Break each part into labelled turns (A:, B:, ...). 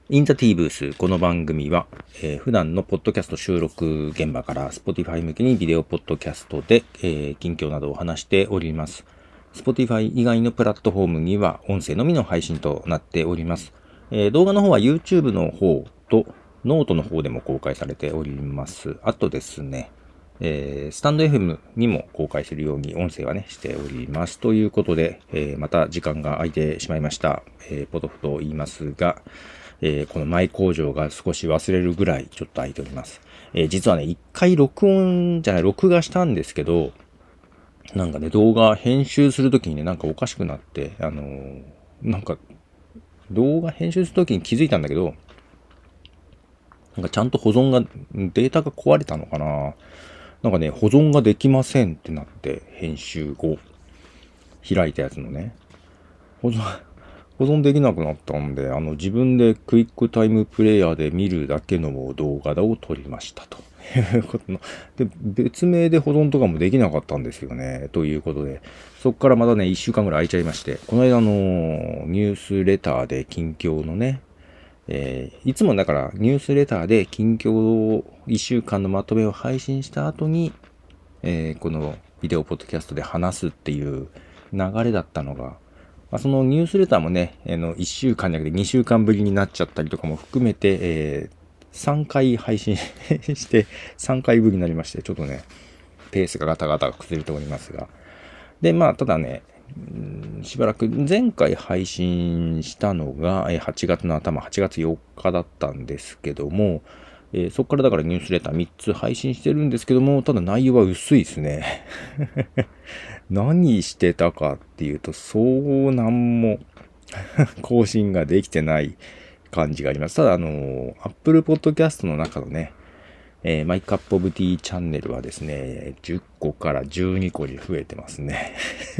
A: インザティーブース。この番組は、普段のポッドキャスト収録現場から Spotify 向けにビデオポッドキャストで、近況などを話しております。Spotify 以外のプラットフォームには音声のみの配信となっております。動画の方は YouTube の方とノートの方でも公開されております。あとですね、スタンド FM にも公開するように音声はね、しております。ということで、また時間が空いてしまいました。ポトフと言いますが、この前工場が少し忘れるぐらいちょっと空いております。実はね、一回録画したんですけど、なんかね、動画編集するときにね、なんかおかしくなって、なんか動画編集するときに気づいたんだけど、なんかちゃんとデータが壊れたのかな。なんかね、保存ができませんってなって、編集後、開いたやつのね、保存できなくなったんで、自分でクイックタイムプレイヤーで見るだけの動画を撮りましたと。いうことの。で、別名で保存とかもできなかったんですよね。ということで、そっからまだね、1週間ぐらい空いちゃいまして、この間ニュースレターで近況のね、いつもだからニュースレターで近況を1週間のまとめを配信した後に、このビデオポッドキャストで話すっていう流れだったのが、そのニュースレターもね、1週間じゃなくて2週間ぶりになっちゃったりとかも含めて、3回配信して3回ぶりになりまして、ちょっとね、ペースがガタガタ崩れておりますが。で、ただね、しばらく前回配信したのが8月の頭、8月4日だったんですけども、そこからだからニュースレター3つ配信してるんですけども、ただ内容は薄いですね。何してたかっていうと、そうなんも更新ができてない感じがあります。ただApple Podcast の中のね、マイカップオブティーチャンネルはですね、10個から12個に増えてますね。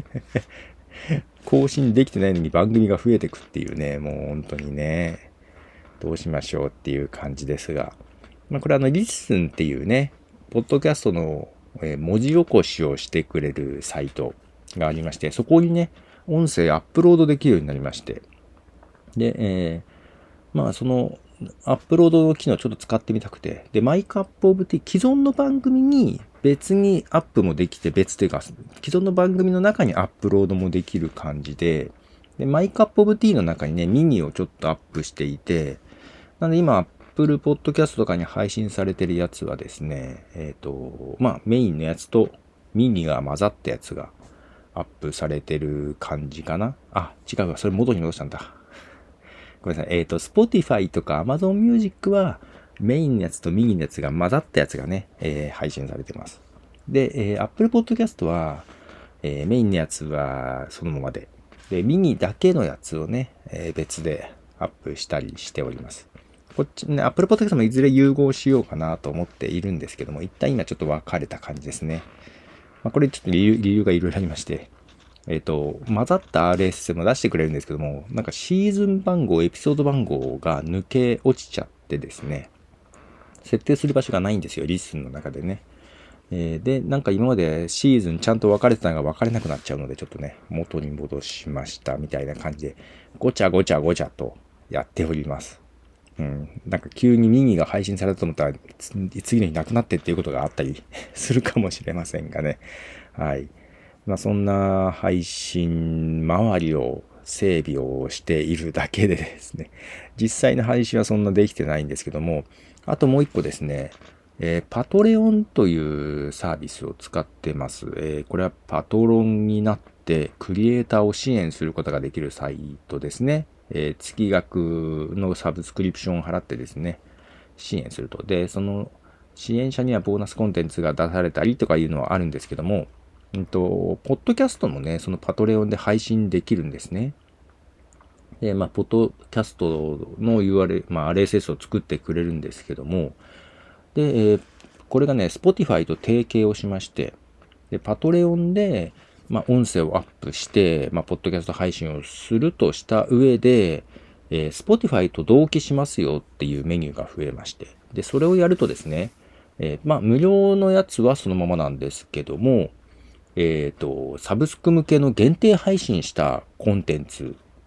A: 更新できてないのに番組が増えてくっていうね、もう本当にね、どうしましょうっていう感じですが。これリッスンっていうね、ポッドキャストの文字起こしをしてくれるサイトがありまして、そこにね、音声アップロードできるようになりまして、で、そのアップロードの機能ちょっと使ってみたくて、で、マイカップオブティー、既存の番組に別にアップもできて、別というか、既存の番組の中にアップロードもできる感じで、で、マイカップオブティーの中にね、ミニをちょっとアップしていて、なので今、Apple Podcast とかに配信されてるやつはですね、メインのやつとミニが混ざったやつがアップされてる感じかな。あ、違うわ。それ元に戻したんだ。ごめんなさい。Spotify とか Amazon Music はメインのやつとミニのやつが混ざったやつがね、配信されてます。で、Apple Podcast は、メインのやつはそのままで。で、ミニだけのやつをね、別でアップしたりしております。こっちね、Apple Podcast もいずれ融合しようかなと思っているんですけども、一旦今ちょっと分かれた感じですね。これちょっと理由がいろいろありまして、混ざった RSS も出してくれるんですけども、なんかシーズン番号、エピソード番号が抜け落ちちゃってですね、設定する場所がないんですよ、リスンの中でね。で、なんか今までシーズンちゃんと分かれてたのが分かれなくなっちゃうので、ちょっとね、元に戻しましたみたいな感じで、ごちゃごちゃごちゃとやっております。なんか急にミニが配信されたと思ったら、次の日なくなってっていうことがあったりするかもしれませんがね。はい。そんな配信周りを整備をしているだけでですね、実際の配信はそんなできてないんですけども、あともう一個ですね、パトレオンというサービスを使ってます。これはパトロンになってクリエイターを支援することができるサイトですね。月額のサブスクリプションを払ってですね、支援すると。で、その支援者にはボーナスコンテンツが出されたりとかいうのはあるんですけども、ポッドキャストもね、そのパトレオンで配信できるんですね。で、ポッドキャストの RSS を作ってくれるんですけども、で、これがね、Spotify と提携をしまして、で、パトレオンで、音声をアップして、ポッドキャスト配信をするとした上で、Spotify と同期しますよっていうメニューが増えまして、で、それをやるとですね、無料のやつはそのままなんですけども、サブスク向けの限定配信したコンテンツ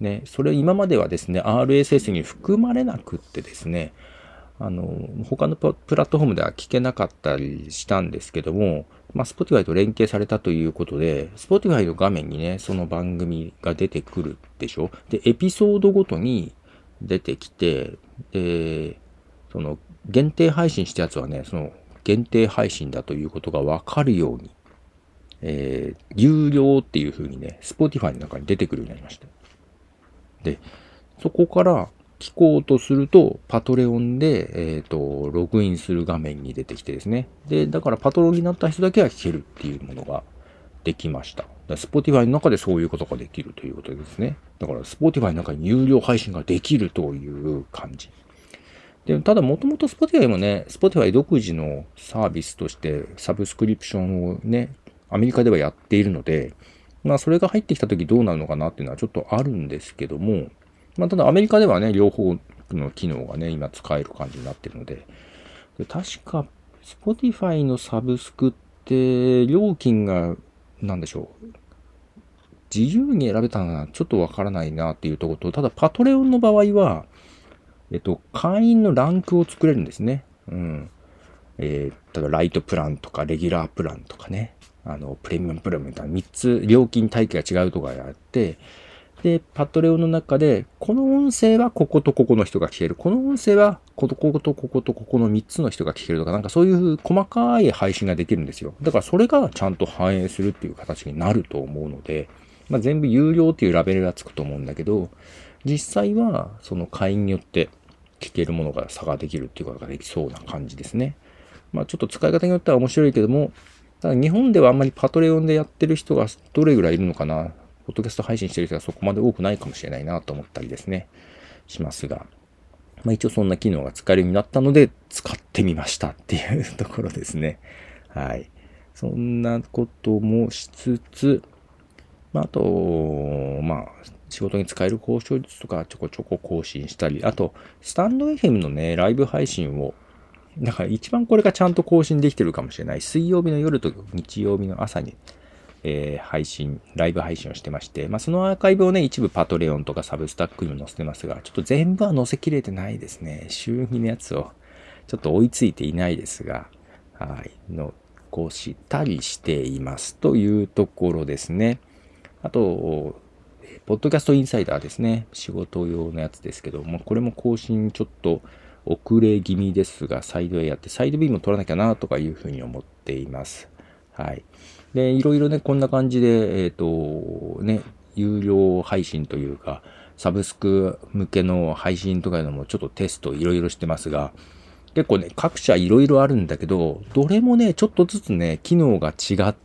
A: ね、それ今まではですね、RSS に含まれなくってですね、他のプラットフォームでは聞けなかったりしたんですけども、Spotify と連携されたということで、Spotify の画面にね、その番組が出てくるでしょ。で、エピソードごとに出てきて、で、その限定配信したやつはね、その限定配信だということがわかるように、有料っていう風にね、Spotify の中に出てくるようになりました。で、そこから聞こうとすると、パトレオンで、ログインする画面に出てきてですね。で、だからパトロンになった人だけは聞けるっていうものができました。Spotify の中でそういうことができるということですね。だから Spotify の中に有料配信ができるという感じ。で、ただもともと Spotify もね、Spotify 独自のサービスとしてサブスクリプションをね、アメリカではやっているので、それが入ってきた時どうなるのかなっていうのはちょっとあるんですけども、ただアメリカではね、両方の機能がね、今使える感じになってるので、確か Spotify のサブスクって料金が、なんでしょう、自由に選べたのはちょっとわからないなっていうところと、ただパトレオンの場合は、会員のランクを作れるんですね。うん。例えばライトプランとかレギュラープランとかね、プレミアムプランみたいな3つ料金体系が違うとかやって、で、パトレオンの中で、この音声はこことここの人が聞ける。この音声はこことこことここの3つの人が聞けるとか、なんかそういう細かい配信ができるんですよ。だからそれがちゃんと反映するっていう形になると思うので、全部有料っていうラベルがつくと思うんだけど、実際はその会員によって聞けるものが差ができるっていうことができそうな感じですね。ちょっと使い方によっては面白いけども、ただ日本ではあんまりパトレオンでやってる人がどれぐらいいるのかな。ポッドキャスト配信してる人がそこまで多くないかもしれないなと思ったりですね、しますが。一応そんな機能が使えるようになったので、使ってみましたっていうところですね。はい。そんなこともしつつ、あと、仕事に使える交渉術とかちょこちょこ更新したり、あと、スタンド FM のね、ライブ配信を、だから一番これがちゃんと更新できてるかもしれない。水曜日の夜と日曜日の朝に、ライブ配信をしてまして、そのアーカイブをね、一部パトレオンとかサブスタックにも載せてますが、ちょっと全部は載せきれてないですね。週2のやつを、ちょっと追いついていないですが、はい、残したりしていますというところですね。あと、ポッドキャストインサイダーですね。仕事用のやつですけども、これも更新ちょっと遅れ気味ですが、サイド A やって、サイド B も取らなきゃなとかいうふうに思っています。はい。で、いろいろね、こんな感じで、有料配信というか、サブスク向けの配信とかいうのもちょっとテストいろいろしてますが、結構ね、各社いろいろあるんだけど、どれもね、ちょっとずつね、機能が違って、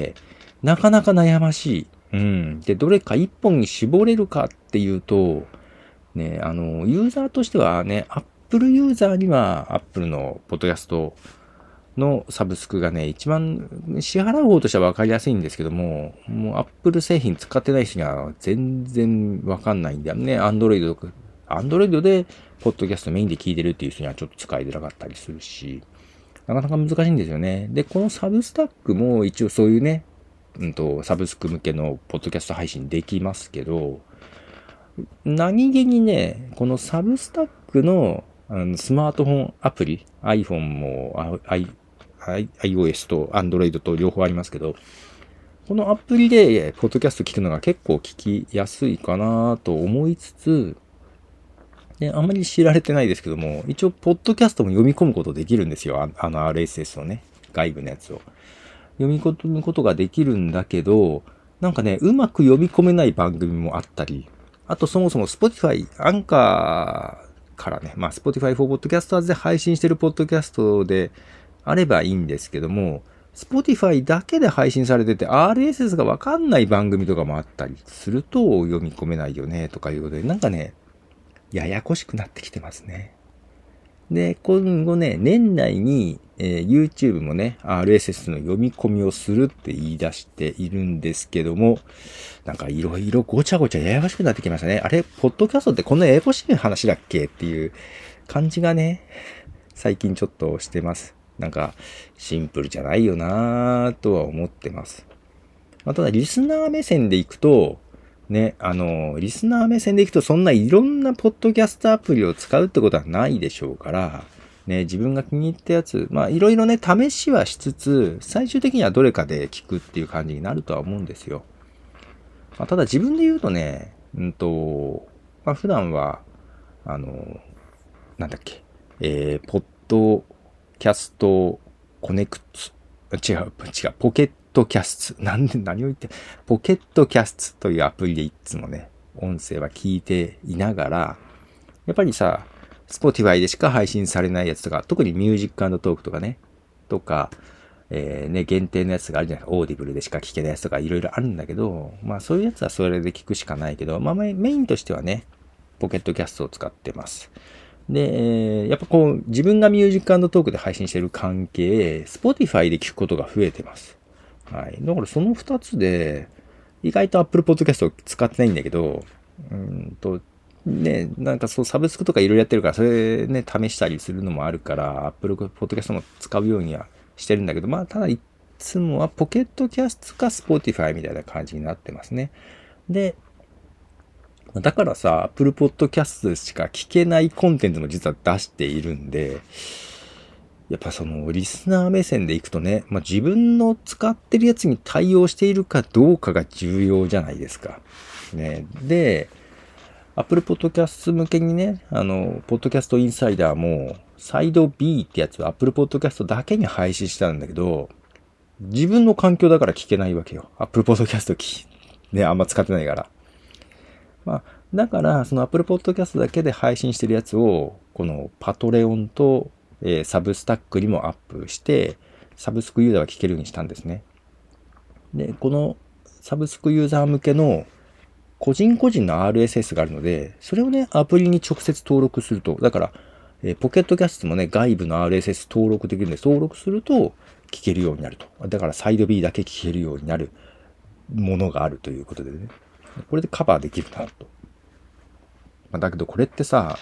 A: なかなか悩ましい。うん。で、どれか一本に絞れるかっていうと、ね、ユーザーとしてはね、Apple ユーザーには Apple のポッドキャストのサブスクがね、一番支払う方としては分かりやすいんですけども、もう Apple 製品使ってない人には全然分かんないんだよね。Android でポッドキャストメインで聞いてるっていう人にはちょっと使いづらかったりするし、なかなか難しいんですよね。で、このサブスタックも一応そういうね、サブスク向けのポッドキャスト配信できますけど、何気にね、このサブスタックのスマートフォンアプリ、iPhone もiOS と Android と両方ありますけど、このアプリでポッドキャスト聞くのが結構聞きやすいかなと思いつつ、で、あんまり知られてないですけども、一応ポッドキャストも読み込むことできるんですよ。RSS をね、外部のやつを。読み込むことができるんだけど、なんかね、うまく読み込めない番組もあったり、あとそもそも Spotify、アンカーからね、Spotify for Podcasters で配信してるポッドキャストであればいいんですけども、Spotify だけで配信されてて RSS がわかんない番組とかもあったりすると読み込めないよねとかいうことで、なんかね、ややこしくなってきてますね。で、今後ね、年内に、YouTube もね、RSS の読み込みをするって言い出しているんですけども、なんかいろいろごちゃごちゃややこしくなってきましたね。あれ、ポッドキャストってこんなややこしい話だっけっていう感じがね、最近ちょっとしてます。なんか、シンプルじゃないよなぁとは思ってます。ただ、リスナー目線でいくと、 ね、リスナー目線でいくとそんないろんなポッドキャストアプリを使うってことはないでしょうから、ね、自分が気に入ったやつ、まあいろいろね、試しはしつつ、最終的にはどれかで聞くっていう感じになるとは思うんですよ。まあ、ただ自分で言うとね、まあ普段は、なんだっけ、ポッドキャストコネクト、違う、ポケットキャスト、何を言って、ポケットキャストというアプリでいつもね、音声は聞いていながら、やっぱりさ、Spotify でしか配信されないやつとか、特にミュージック&トークとかね、とか、限定のやつがあるじゃないですか。オーディブルでしか聞けないやつとかいろいろあるんだけど、まあそういうやつはそれで聞くしかないけど、まあメインとしてはね、ポケットキャストを使ってます。で、やっぱこう、自分がミュージック&トークで配信してる関係、Spotify で聞くことが増えてます。はい。だからその二つで、意外と Apple Podcast を使ってないんだけど、ね、なんかそうサブスクとかいろいろやってるから、それね、試したりするのもあるから、Apple Podcast も使うようにはしてるんだけど、まあ、ただいつもはポケットキャストか Spotify みたいな感じになってますね。で、だからさ、Apple Podcast しか聞けないコンテンツも実は出しているんで、やっぱそのリスナー目線でいくとね、まあ、自分の使ってるやつに対応しているかどうかが重要じゃないですか。ね。で、Apple Podcast 向けにね、ポッドキャストインサイダーも、サイド B ってやつは Apple Podcast だけに配信したんだけど、自分の環境だから聞けないわけよ。Apple Podcast ね、あんま使ってないから。まあ、だから、その Apple Podcast だけで配信してるやつを、このパトレオンと、サブスタックにもアップして、サブスクユーザーは聞けるようにしたんですね。で、このサブスクユーザー向けの個人個人の RSS があるので、それをね、アプリに直接登録すると、だから、ポケットキャストもね、外部の RSS 登録できるんで、登録すると聞けるようになると。だからサイド B だけ聞けるようになるものがあるということでね。これでカバーできるなと。だけどこれってさ、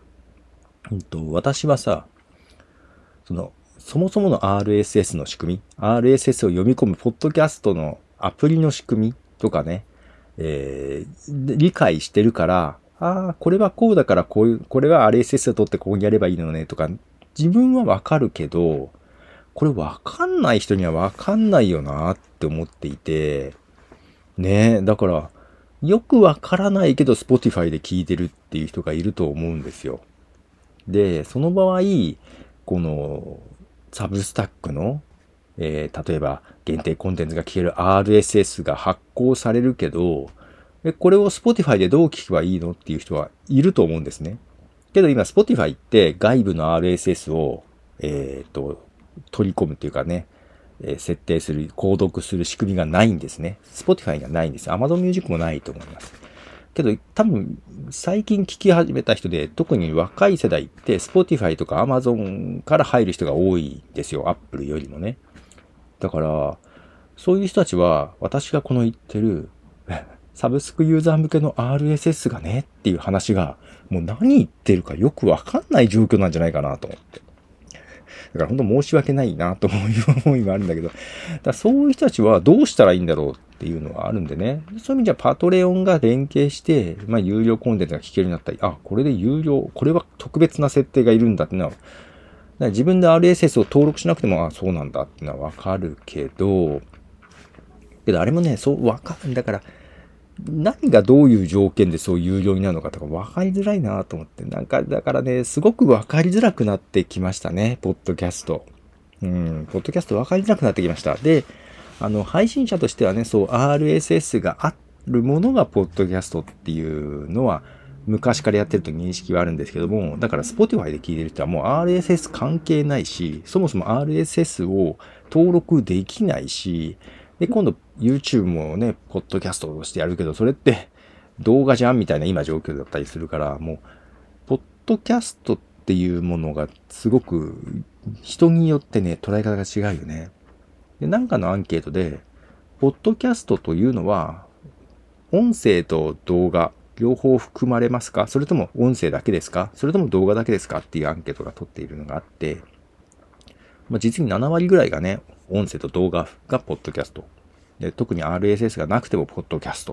A: 私はさ、そもそもの RSS の仕組み、RSS を読み込むポッドキャストのアプリの仕組みとかね、理解してるから、これはこうだからこれは RSS を取ってこうやればいいのねとか、自分はわかるけど、これわかんない人にはわかんないよなって思っていて、ね、だから、よくわからないけど Spotify で聞いてるっていう人がいると思うんですよ。で、その場合、このサブスタックの、例えば限定コンテンツが聞ける RSS が発行されるけど、これを Spotify でどう聞けばいいのっていう人はいると思うんですね。けど今 Spotify って外部の RSS を、取り込むっていうかね、設定する、購読する仕組みがないんですね。Spotify がないんです。Amazon Music もないと思います。けど、多分、最近聞き始めた人で、特に若い世代って、Spotify とか Amazon から入る人が多いんですよ。Apple よりもね。だから、そういう人たちは、私がこの言ってる、サブスクユーザー向けの RSS がねっていう話が、もう何言ってるかよくわかんない状況なんじゃないかなと思って。だから本当申し訳ないなという思いがあるんだけど、だからそういう人たちはどうしたらいいんだろうっていうのはあるんでね。そういう意味じゃパトレオンが連携して、有料コンテンツが聞けるようになったり、これで有料、これは特別な設定がいるんだっていうのは、自分で RSS を登録しなくても、そうなんだっていうのはわかるけど、あれもね、そうわかるんだから、何がどういう条件でそう有料になるのかとか分かりづらいなと思って。だからね、すごく分かりづらくなってきましたね、ポッドキャスト。ポッドキャスト分かりづらくなってきました。で、配信者としてはね、そう、RSS があるものがポッドキャストっていうのは、昔からやってると認識はあるんですけども、だから Spotify で聞いてる人はもう RSS 関係ないし、そもそも RSS を登録できないし、で、今度 YouTube もね、ポッドキャストとしてやるけど、それって動画じゃんみたいな今状況だったりするから、もう、ポッドキャストっていうものがすごく人によってね、捉え方が違うよね。で、なんかのアンケートで、ポッドキャストというのは、音声と動画、両方含まれますか？それとも音声だけですか？それとも動画だけですか？っていうアンケートが取っているのがあって、実に7割ぐらいがね、音声と動画がポッドキャスト。で、特に RSS がなくてもポッドキャストっ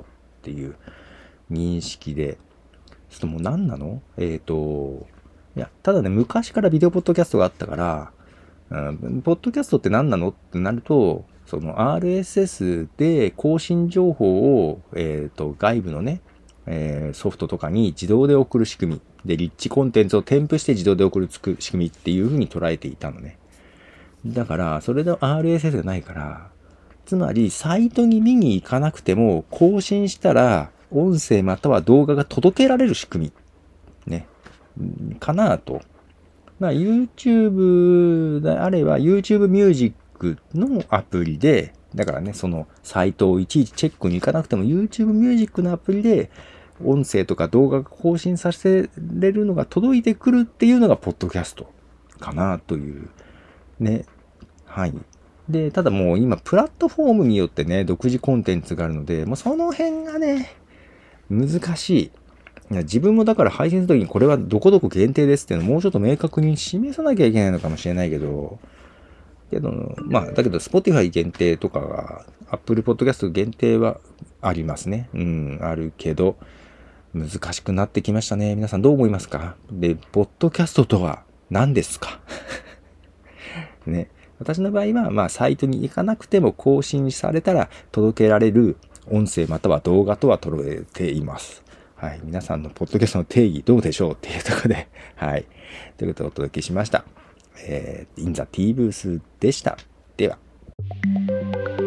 A: っていう認識で、ちょっともう何なの？いや、ただね、昔からビデオポッドキャストがあったから、ポッドキャストって何なのってなると、その RSS で更新情報を、外部のね、ソフトとかに自動で送る仕組み。で、リッチコンテンツを添付して自動で送る仕組みっていう風に捉えていたのね。だから、それの RSS がないから、つまり、サイトに見に行かなくても、更新したら、音声または動画が届けられる仕組み。ね。かなと。YouTube であれば YouTube ミュージックのアプリで、だからね、そのサイトをいちいちチェックに行かなくても YouTube ミュージックのアプリで音声とか動画が更新させれるのが届いてくるっていうのがポッドキャストかなというね。はい。で、ただもう今プラットフォームによってね、独自コンテンツがあるので、もうその辺がね、難しい。いや自分もだから配信するときにこれはどこどこ限定ですっていうのをもうちょっと明確に示さなきゃいけないのかもしれないけど、まあ、だけど Spotify 限定とかが Apple Podcast 限定はありますね。あるけど、難しくなってきましたね。皆さんどう思いますか？で、ポッドキャストとは何ですか？ね。私の場合は、まあ、サイトに行かなくても更新されたら届けられる音声または動画とは捉えています。はい。皆さんのポッドキャストの定義どうでしょうっていうところで、はい。ということでお届けしました。In the T ブースでした。では。